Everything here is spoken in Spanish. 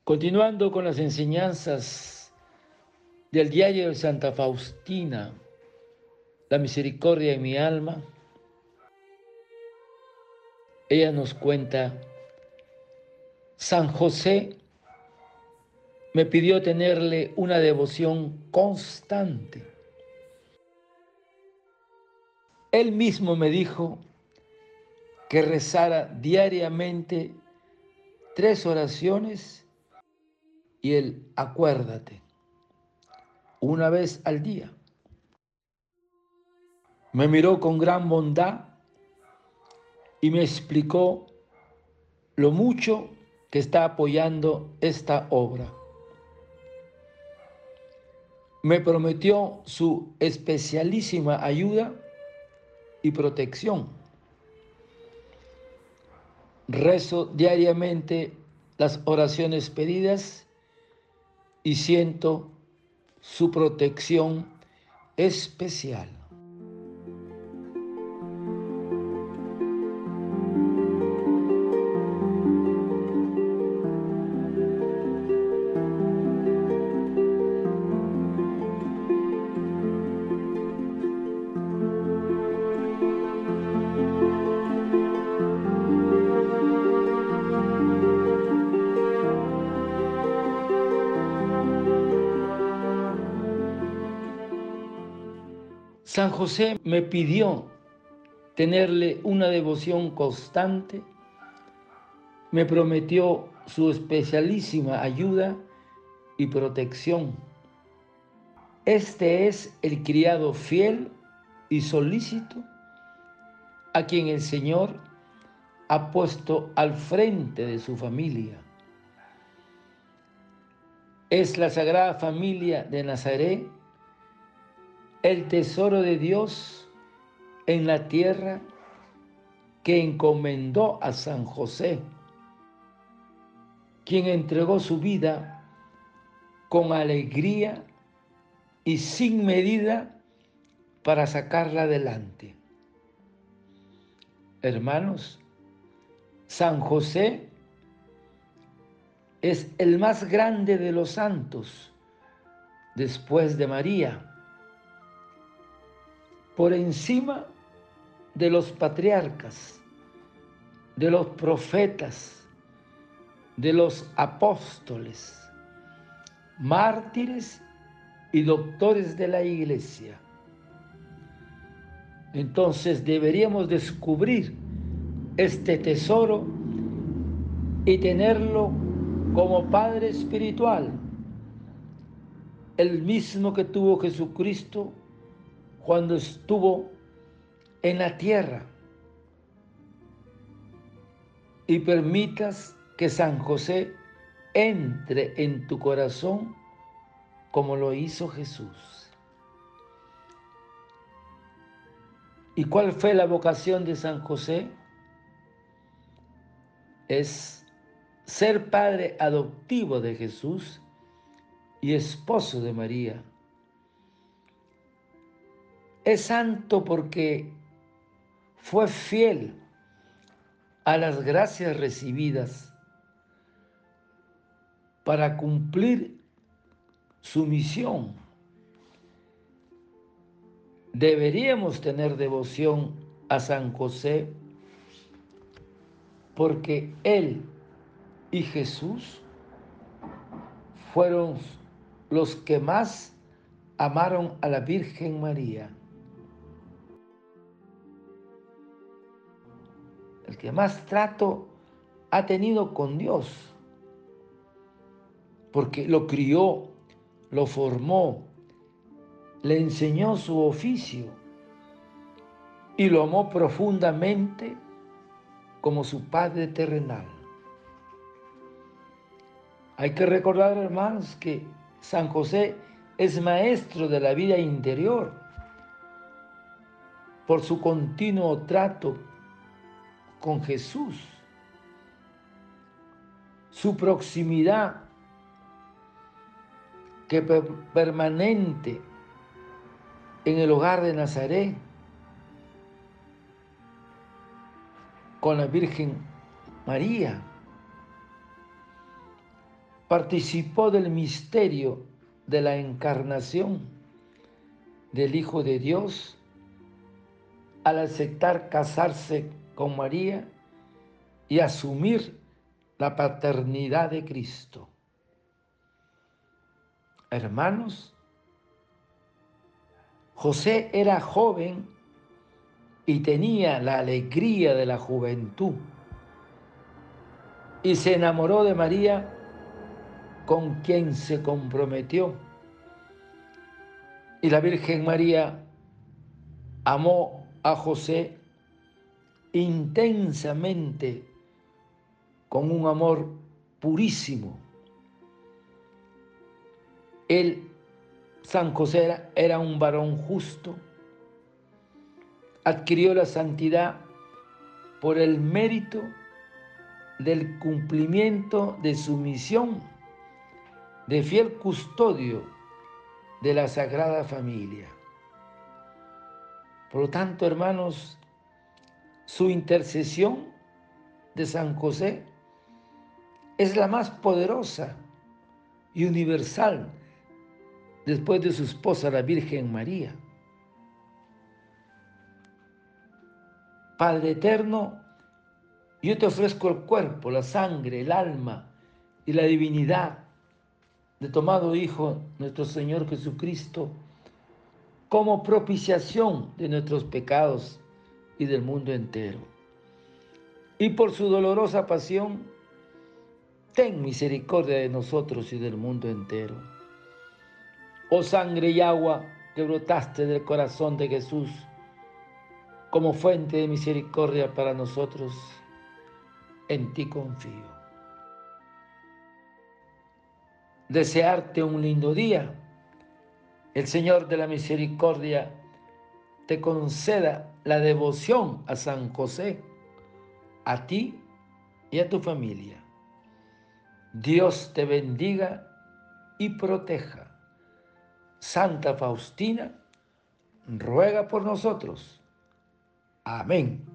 Continuando con las enseñanzas del diario de Santa Faustina, La misericordia de mi alma, ella nos cuenta: San José me pidió tenerle una devoción constante. Él mismo me dijo que rezara diariamente 3 oraciones y el acuérdate, una vez al día. Me miró con gran bondad y me explicó lo mucho que está apoyando esta obra. Me prometió su especialísima ayuda y protección. Rezo diariamente las oraciones pedidas y siento su protección especial. San José me pidió tenerle una devoción constante, me prometió su especialísima ayuda y protección. Este es el criado fiel y solícito a quien el Señor ha puesto al frente de su familia. Es la Sagrada Familia de Nazaret, el tesoro de Dios en la tierra que encomendó a San José, quien entregó su vida con alegría y sin medida para sacarla adelante. Hermanos, San José es el más grande de los santos después de María, por encima de los patriarcas, de los profetas, de los apóstoles, mártires y doctores de la Iglesia. Entonces deberíamos descubrir este tesoro y tenerlo como Padre espiritual, el mismo que tuvo Jesucristo cuando estuvo en la tierra. Y permitas que San José entre en tu corazón como lo hizo Jesús. ¿Y cuál fue la vocación de San José? Es ser padre adoptivo de Jesús y esposo de María. Es santo porque fue fiel a las gracias recibidas para cumplir su misión. Deberíamos tener devoción a San José porque él y Jesús fueron los que más amaron a la Virgen María, el que más trato ha tenido con Dios, porque lo crió, lo formó, le enseñó su oficio y lo amó profundamente como su Padre terrenal. Hay que recordar, hermanos, que San José es maestro de la vida interior por su continuo trato con Jesús, su proximidad que permanente en el hogar de Nazaret con la Virgen María. participó del misterio de la encarnación del Hijo de Dios al aceptar casarse con María y asumir la paternidad de Cristo. Hermanos, José era joven y tenía la alegría de la juventud y se enamoró de María, con quien se comprometió. Y la Virgen María amó a José intensamente, con un amor purísimo. Él, San José, era un varón justo, adquirió la santidad por el mérito del cumplimiento de su misión de fiel custodio de la Sagrada Familia. Por lo tanto, hermanos, su intercesión de San José es la más poderosa y universal después de su esposa, la Virgen María. Padre eterno, yo te ofrezco el cuerpo, la sangre, el alma y la divinidad de tu amado Hijo, nuestro Señor Jesucristo, como propiciación de nuestros pecados y del mundo entero. Y por su dolorosa pasión, ten misericordia de nosotros y del mundo entero. Oh sangre y agua que brotaste del corazón de Jesús, como fuente de misericordia para nosotros, en ti confío. Desearte un lindo día. El Señor de la misericordia te conceda la devoción a San José, a ti y a tu familia. Dios te bendiga y proteja. Santa Faustina, ruega por nosotros. Amén.